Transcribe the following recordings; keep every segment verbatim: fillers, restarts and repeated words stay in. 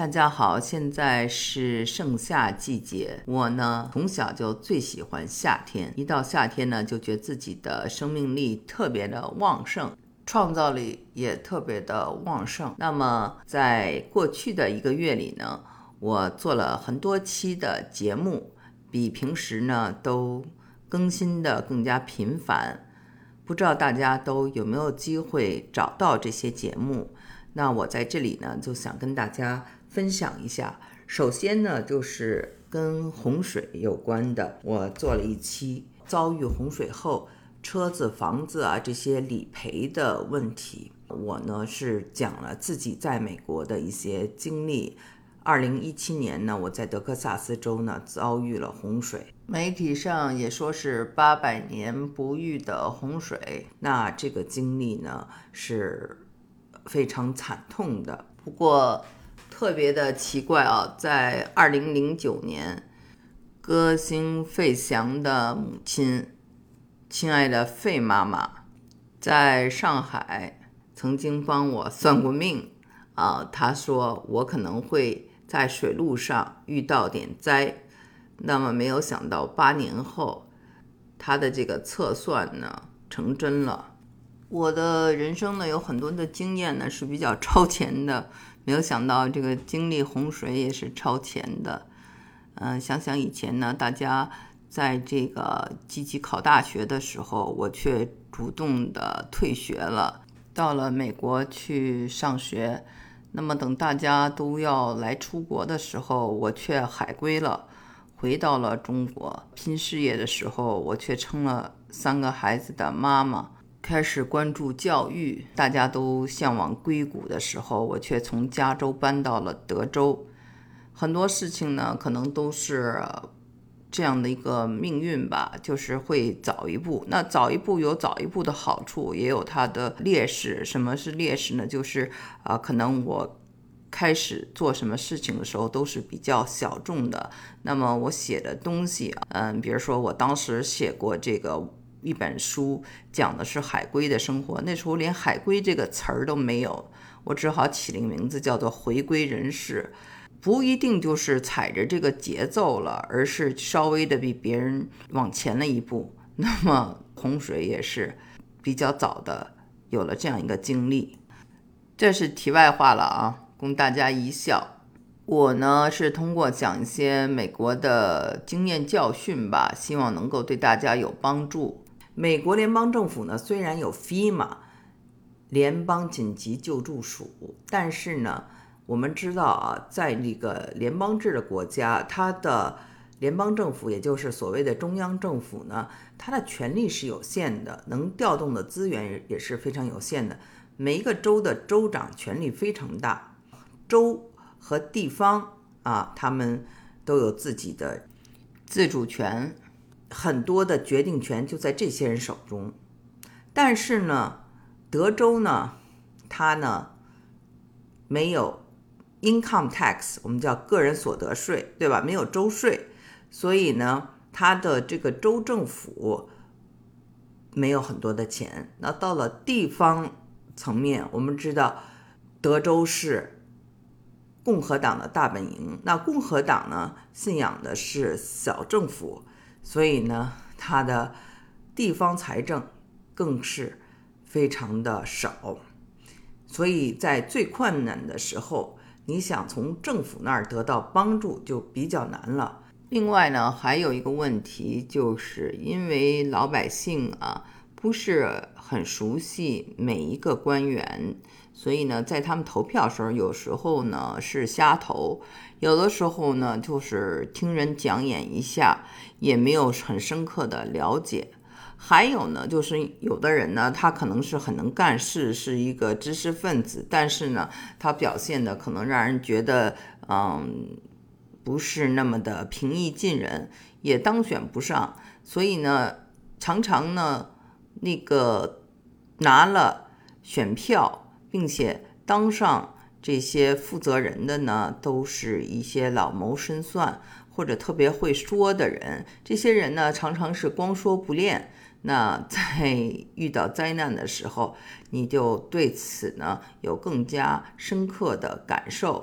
大家好，现在是盛夏季节。我呢，从小就最喜欢夏天，一到夏天呢，就觉得自己的生命力特别的旺盛，创造力也特别的旺盛。那么在过去的一个月里呢，我做了很多期的节目，比平时呢都更新的更加频繁。不知道大家都有没有机会找到这些节目？那我在这里呢，就想跟大家分享一下。首先呢，就是跟洪水有关的，我做了一期遭遇洪水后车子、房子啊这些理赔的问题。我呢是讲了自己在美国的一些经历。二零一七年呢，我在德克萨斯州呢遭遇了洪水，媒体上也说是八百年不遇的洪水。那这个经历呢是非常惨痛的。不过特别的奇怪啊，在二零零九年，歌星费翔的母亲，亲爱的费妈妈，在上海曾经帮我算过命啊。她说我可能会在水路上遇到点灾，那么没有想到八年后，她的这个测算呢成真了。我的人生呢有很多的经验呢是比较超前的，没有想到这个经历洪水也是超前的。嗯、呃，想想以前呢，大家在这个积极考大学的时候，我却主动的退学了，到了美国去上学。那么等大家都要来出国的时候，我却海归了，回到了中国。拼事业的时候，我却成了三个孩子的妈妈。开始关注教育，大家都向往硅谷的时候，我却从加州搬到了德州。很多事情呢，可能都是这样的一个命运吧，就是会早一步。那早一步有早一步的好处，也有它的劣势。什么是劣势呢？就是啊、呃，可能我开始做什么事情的时候都是比较小众的。那么我写的东西，嗯，比如说我当时写过这个一本书，讲的是海归的生活，那时候连海归这个词儿都没有，我只好起了一个名字叫做回归人士。不一定就是踩着这个节奏了，而是稍微的比别人往前了一步。那么洪水也是比较早的有了这样一个经历。这是题外话了啊，供大家一笑。我呢是通过讲一些美国的经验教训吧，希望能够对大家有帮助。美国联邦政府呢虽然有 FEMA 联邦紧急救助署，但是呢我们知道啊，在这个联邦制的国家，它的联邦政府，也就是所谓的中央政府呢，它的权力是有限的，能调动的资源也是非常有限的。每一个州的州长权力非常大，州和地方啊，他们都有自己的自主权，很多的决定权就在这些人手中。但是呢，德州呢，它呢没有income tax， 我们叫个人所得税，对吧？没有州税，所以呢，它的这个州政府没有很多的钱。那到了地方层面，我们知道德州是共和党的大本营，那共和党呢信仰的是小政府，所以呢，它的地方财政更是非常的少。所以在最困难的时候，你想从政府那儿得到帮助就比较难了。另外呢，还有一个问题，就是因为老百姓啊不是很熟悉每一个官员，所以呢，在他们投票的时候，有时候呢是瞎投，有的时候呢就是听人讲演一下，也没有很深刻的了解。还有呢，就是有的人呢，他可能是很能干事，是一个知识分子，但是呢，他表现的可能让人觉得，嗯，不是那么的平易近人，也当选不上。所以呢，常常呢，那个拿了选票，并且当上这些负责人的呢，都是一些老谋深算或者特别会说的人。这些人呢，常常是光说不练。那在遇到灾难的时候，你就对此呢有更加深刻的感受。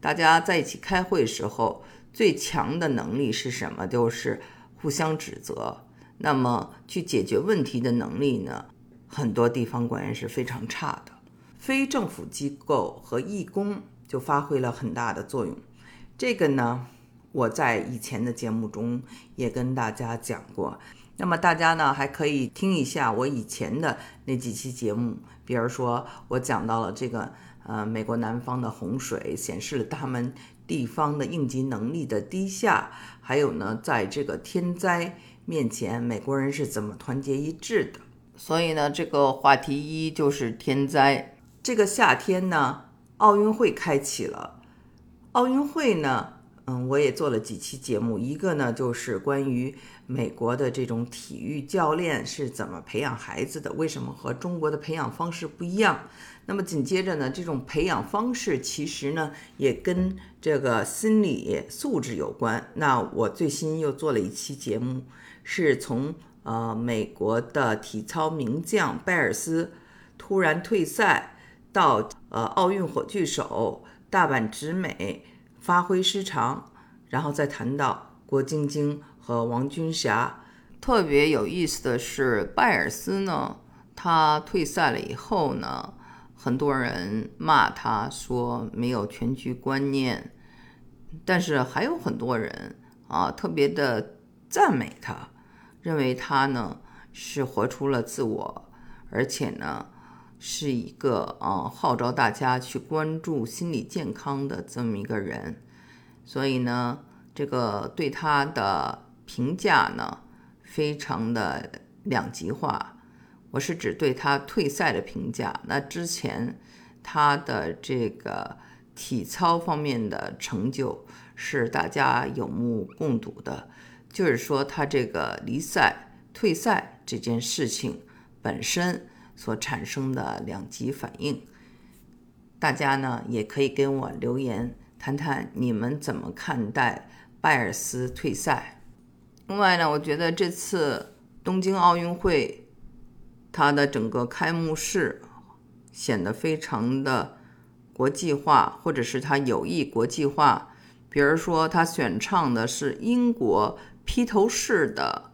大家在一起开会时候最强的能力是什么？就是互相指责。那么去解决问题的能力呢，很多地方官员是非常差的。非政府机构和义工就发挥了很大的作用。这个呢，我在以前的节目中也跟大家讲过。那么大家呢还可以听一下我以前的那几期节目，比如说我讲到了这个呃美国南方的洪水，显示了他们地方的应急能力的低下，还有呢在这个天灾面前美国人是怎么团结一致的。所以呢，这个话题一就是天灾。这个夏天呢，奥运会开启了。奥运会呢，嗯，我也做了几期节目，一个呢就是关于美国的这种体育教练是怎么培养孩子的，为什么和中国的培养方式不一样。那么紧接着呢，这种培养方式其实呢也跟这个心理素质有关。那我最新又做了一期节目，是从呃美国的体操名将拜尔斯突然退赛到呃奥运火炬手大阪直美发挥失常，然后再谈到郭晶晶和王军霞。特别有意思的是，拜尔斯呢，他退赛了以后呢，很多人骂他说没有全局观念，但是还有很多人啊特别的赞美他，认为他呢是活出了自我，而且呢是一个啊号召大家去关注心理健康的这么一个人。所以呢，这个对他的评价呢非常的两极化。我是指对他退赛的评价。那之前他的这个体操方面的成就是大家有目共睹的，就是说他这个离赛退赛这件事情本身所产生的两极反应。大家呢也可以跟我留言谈谈你们怎么看待拜尔斯退赛。另外呢，我觉得这次东京奥运会它的整个开幕式显得非常的国际化，或者是它有意国际化。比如说他选唱的是英国披头士的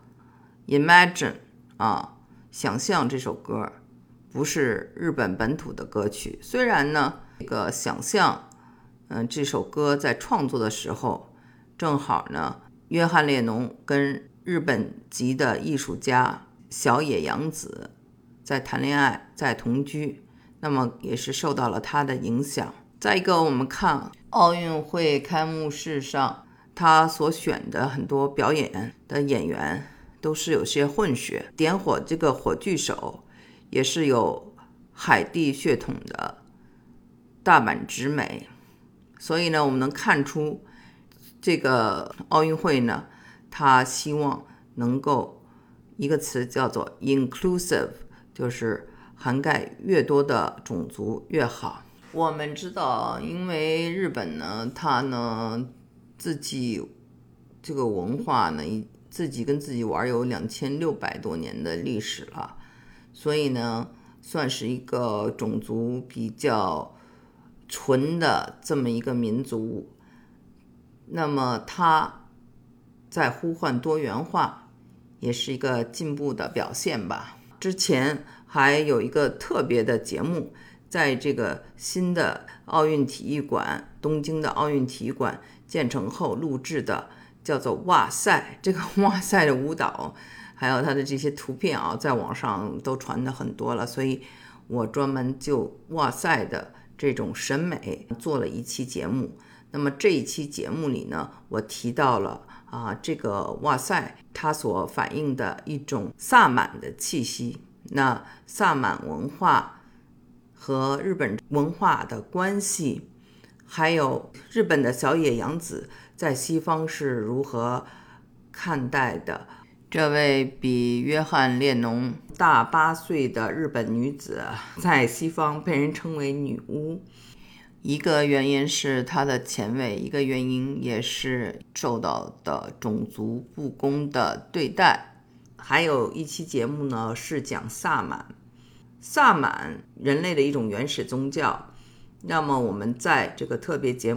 Imagine 啊，想象这首歌不是日本本土的歌曲。虽然呢这个想象嗯，这首歌在创作的时候正好呢约翰列侬跟日本籍的艺术家小野洋子在谈恋爱，在同居，那么也是受到了他的影响。再一个，我们看奥运会开幕式上他所选的很多表演的演员都是有些混血，点火这个火炬手也是有海地血统的大阪直美。所以呢，我们能看出这个奥运会呢，他希望能够一个词叫做 inclusive， 就是涵盖越多的种族越好。我们知道，因为日本呢，它呢自己这个文化呢，自己跟自己玩有两千六百多年的历史了，所以呢，算是一个种族比较纯的这么一个民族。那么它在呼唤多元化，也是一个进步的表现吧。之前还有一个特别的节目，在这个新的奥运体育馆，东京的奥运体育馆建成后录制的，叫做哇塞。这个哇塞的舞蹈还有它的这些图片啊，在网上都传的很多了，所以我专门就哇塞的这种审美做了一期节目。那么这一期节目里呢，我提到了啊，这个哇塞它所反映的一种萨满的气息。那萨满文化和日本文化的关系，还有日本的小野洋子在西方是如何看待的。这位比约翰列侬大八岁的日本女子，在西方被人称为女巫。一个原因是她的前卫，一个原因也是受到的种族不公的对待。还有一期节目呢，是讲萨满。萨满人类的一种原始宗教。那么我们在这个特别节目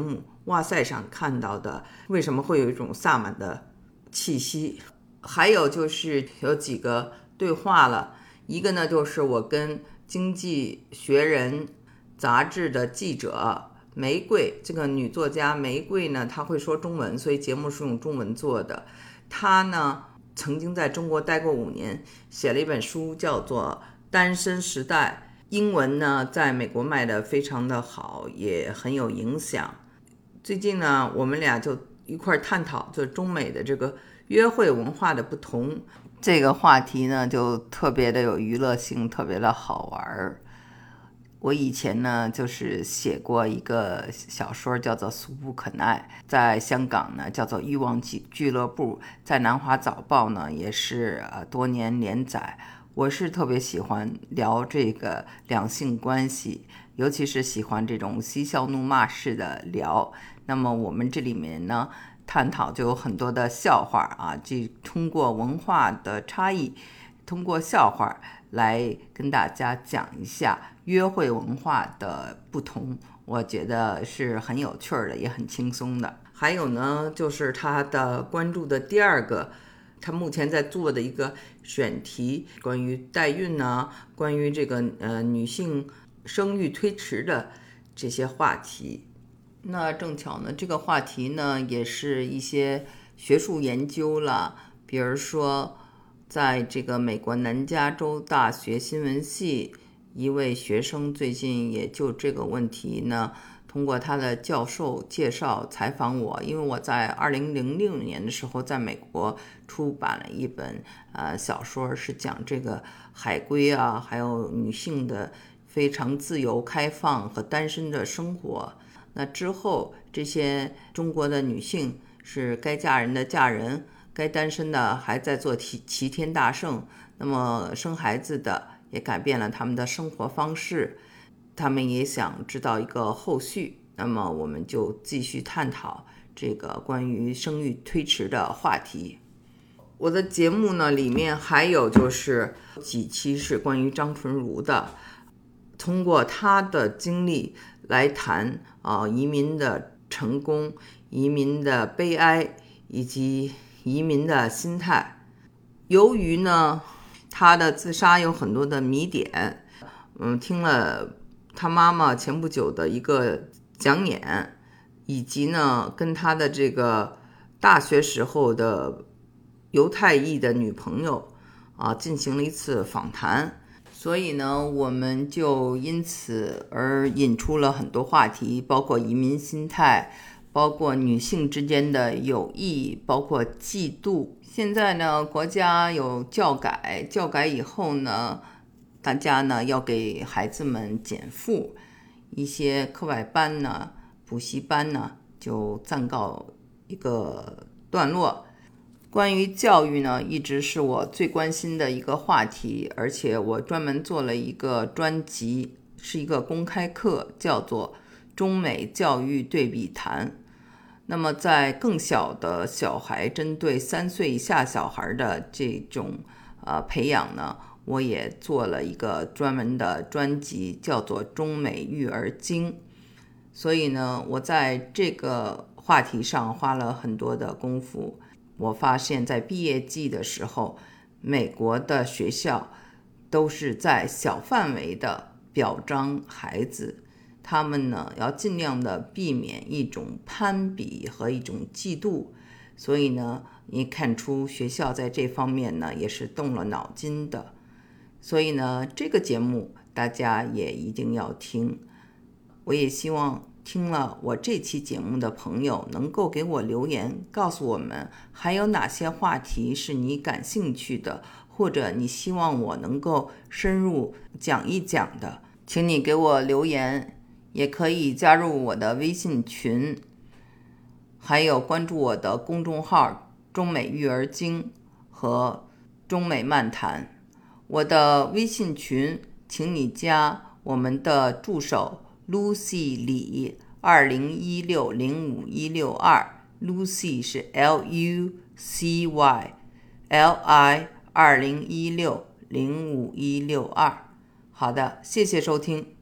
哇塞上看到的，为什么会有一种萨满的气息。还有就是有几个对话了，一个呢就是我跟经济学人杂志的记者玫瑰，这个女作家玫瑰呢，她会说中文，所以节目是用中文做的。她呢曾经在中国待过五年，写了一本书叫做《单身时代》，英文呢在美国卖的非常的好，也很有影响。最近呢我们俩就一块探讨就中美的这个约会文化的不同，这个话题呢就特别的有娱乐性，特别的好玩。我以前呢就是写过一个小说叫做《俗不可耐》，在香港呢叫做《欲望俱乐部》，在南华早报呢也是呃多年连载。我是特别喜欢聊这个两性关系，尤其是喜欢这种嬉笑怒骂式的聊。那么我们这里面呢探讨就有很多的笑话啊，就通过文化的差异，通过笑话来跟大家讲一下约会文化的不同，我觉得是很有趣的，也很轻松的。还有呢就是他的关注的第二个，他目前在做的一个选题，关于代孕呢，关于这个呃女性生育推迟的这些话题。那正巧呢这个话题呢也是一些学术研究了，比如说在这个美国南加州大学新闻系一位学生最近也就这个问题呢，通过他的教授介绍采访我，因为我在二零零六年的时候在美国出版了一本呃小说，是讲这个海归啊，还有女性的非常自由开放和单身的生活。那之后这些中国的女性是该嫁人的嫁人，该单身的还在做齐天大圣，那么生孩子的也改变了他们的生活方式，他们也想知道一个后续。那么我们就继续探讨这个关于生育推迟的话题。我的节目呢里面还有就是几期是关于张纯如的，通过他的经历来谈啊移民的成功、移民的悲哀以及移民的心态。由于呢他的自杀有很多的谜点，嗯，听了他妈妈前不久的一个讲演，以及呢跟他的这个大学时候的犹太裔的女朋友啊进行了一次访谈，所以呢我们就因此而引出了很多话题，包括移民心态，包括女性之间的友谊，包括嫉妒。现在呢国家有教改，教改以后呢大家呢要给孩子们减负，一些课外班呢补习班呢就暂告一个段落。关于教育呢一直是我最关心的一个话题，而且我专门做了一个专辑，是一个公开课，叫做中美教育对比谈。那么在更小的小孩，针对三岁以下小孩的这种呃培养呢，我也做了一个专门的专辑，叫做中美育儿经。所以呢我在这个话题上花了很多的功夫。我发现在毕业季的时候，美国的学校都是在小范围的表彰孩子，他们呢要尽量的避免一种攀比和一种嫉妒，所以呢你看出学校在这方面呢也是动了脑筋的。所以呢这个节目大家也一定要听。我也希望听了我这期节目的朋友能够给我留言，告诉我们还有哪些话题是你感兴趣的，或者你希望我能够深入讲一讲的，请你给我留言，也可以加入我的微信群，还有关注我的公众号中美育儿经和中美漫谈。我的微信群请你加我们的助手Lucy 李二零一六零五一六二 Lucy 是 L U C Y L I 二零一六零五一六二。好的，谢谢收听。